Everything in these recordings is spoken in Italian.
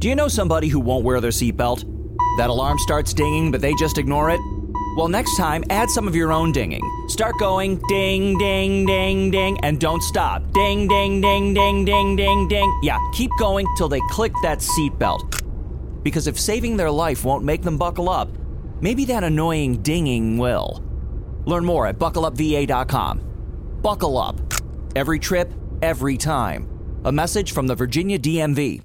Do you know somebody who won't wear their seatbelt? That alarm starts dinging, but they just ignore it? Well, next time, add some of your own dinging. Start going ding, ding, ding, ding, and don't stop. Ding, ding, ding, ding, ding, ding, ding. Yeah, keep going till they click that seatbelt. Because if saving their life won't make them buckle up, maybe that annoying dinging will. Learn more at buckleupva.com. Buckle up. Every trip, every time. A message from the Virginia DMV.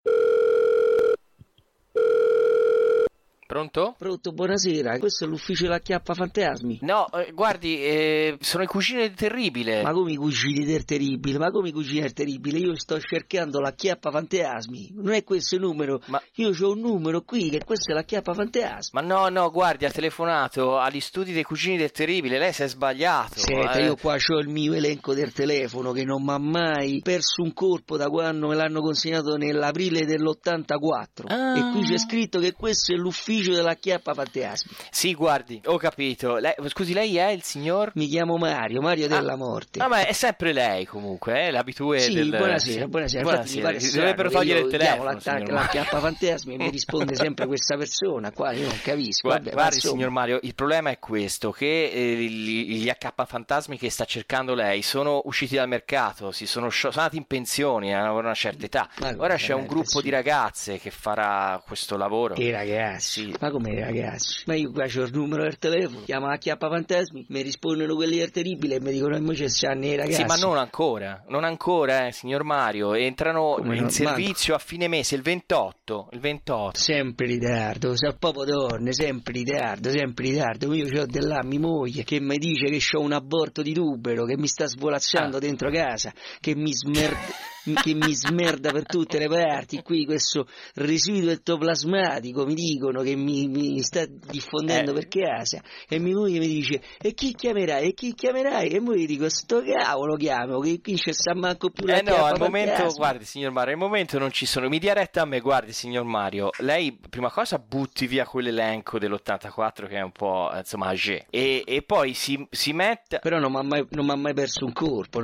Pronto? Pronto, buonasera. Questo è l'ufficio della Chiappa Fantasmi. No, guardi, sono i cugini del Terribile. Ma come i cugini del Terribile? Io sto cercando la Chiappa Fantasmi. Non è questo il numero. Ma io c'ho un numero qui, che questa è la Chiappa Fantasmi. Ma no, guardi, ha telefonato agli studi dei cugini del Terribile. Lei si è sbagliato. Senta, io qua c'ho il mio elenco del telefono che non mi ha mai perso un colpo da quando me l'hanno consegnato nell'aprile dell'84. E qui c'è scritto che questo è l'ufficio della Chiappa Fantasmi. Sì, guardi, ho capito. Scusi, lei è il signor? Mi chiamo Mario della Morte. Ma è sempre lei comunque, l'abitudine sì, del... buonasera. Infatti mi pare dovrebbero togliere il telefono. La Chiappa Fantasmi e mi risponde sempre questa persona qua, io non capisco. Guardi, signor Mario, il problema è questo, che gli AK Fantasmi che sta cercando lei sono usciti dal mercato, sono andati in pensione, hanno una certa età. Ora c'è un gruppo di ragazze che farà questo lavoro. Che ragazzi? Sì. Ma come ragazzi? Ma io qua c'ho il numero del telefono, chiamo la Chiappa Fantasmi, mi rispondono quelli del Terribile e mi dicono invece stanno i ragazzi. Sì, ma non ancora, signor Mario, entrano in servizio a fine mese, il 28. Sempre in ritardo, sa proprio donne, sempre in ritardo. Io c'ho dell'à mia moglie che mi dice che c'ho un aborto di tubero, che mi sta svolazzando dentro casa, che mi smerda per tutte le parti, qui questo residuo ectoplasmatico mi dicono che mi sta diffondendo per casa, e mia moglie mi dice e chi chiamerai? E poi dico sto cavolo chiamo, che qui c'è sta manco più la no, al momento, guardi signor Mario, al momento non ci sono, mi dia retta a me, guardi signor Mario, lei prima cosa butti via quell'elenco dell'84 che è un po' insomma âgé, e poi si mette, però non mi ha mai perso un colpo,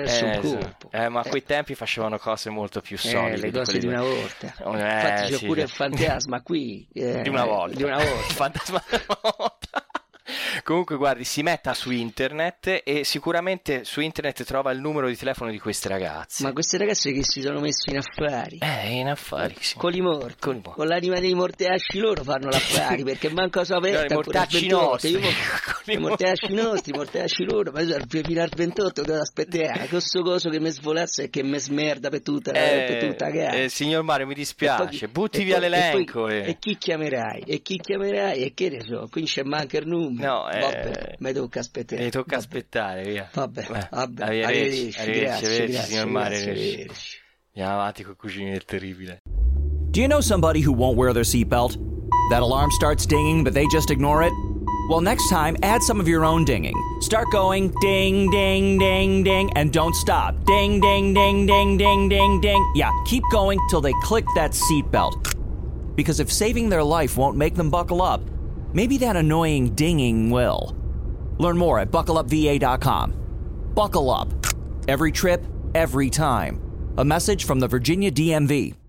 ma a quei tempi facevano cose molto più solide, le cose di una volta. Infatti c'è pure il fantasma qui di una volta. Il fantasma di una volta. Comunque guardi, si metta su internet e sicuramente su internet trova il numero di telefono di queste ragazze. Ma queste ragazze che si sono messe in affari? In affari, sì. Con i morti. Con l'anima dei mortacci loro fanno l'affari, perché manco so aperta. I mortacci nostri. I mortacci nostri, i mortacci loro, ma io fino al 28 devo aspettare. Questo coso che mi svolazza e che mi smerda per tutta la gara. Signor Mario, mi dispiace, butti via l'elenco. E chi chiamerai? E che ne so, qui c'è manca il numero. No, vabbè, mi tocca aspettare. Mi tocca aspettare, via. Vabbè. Arrivederci, Grazie, signor Mario. Andiamo avanti con Cugini del Terribile. Do you know somebody who won't wear their seatbelt? That alarm starts dinging, but they just ignore it? Well, next time, add some of your own dinging. Start going ding, ding, ding, ding, and don't stop. Ding, ding, ding, ding, ding, ding, ding. Yeah, keep going till they click that seatbelt. Because if saving their life won't make them buckle up, maybe that annoying dinging will. Learn more at buckleupva.com. Buckle up. Every trip, every time. A message from the Virginia DMV.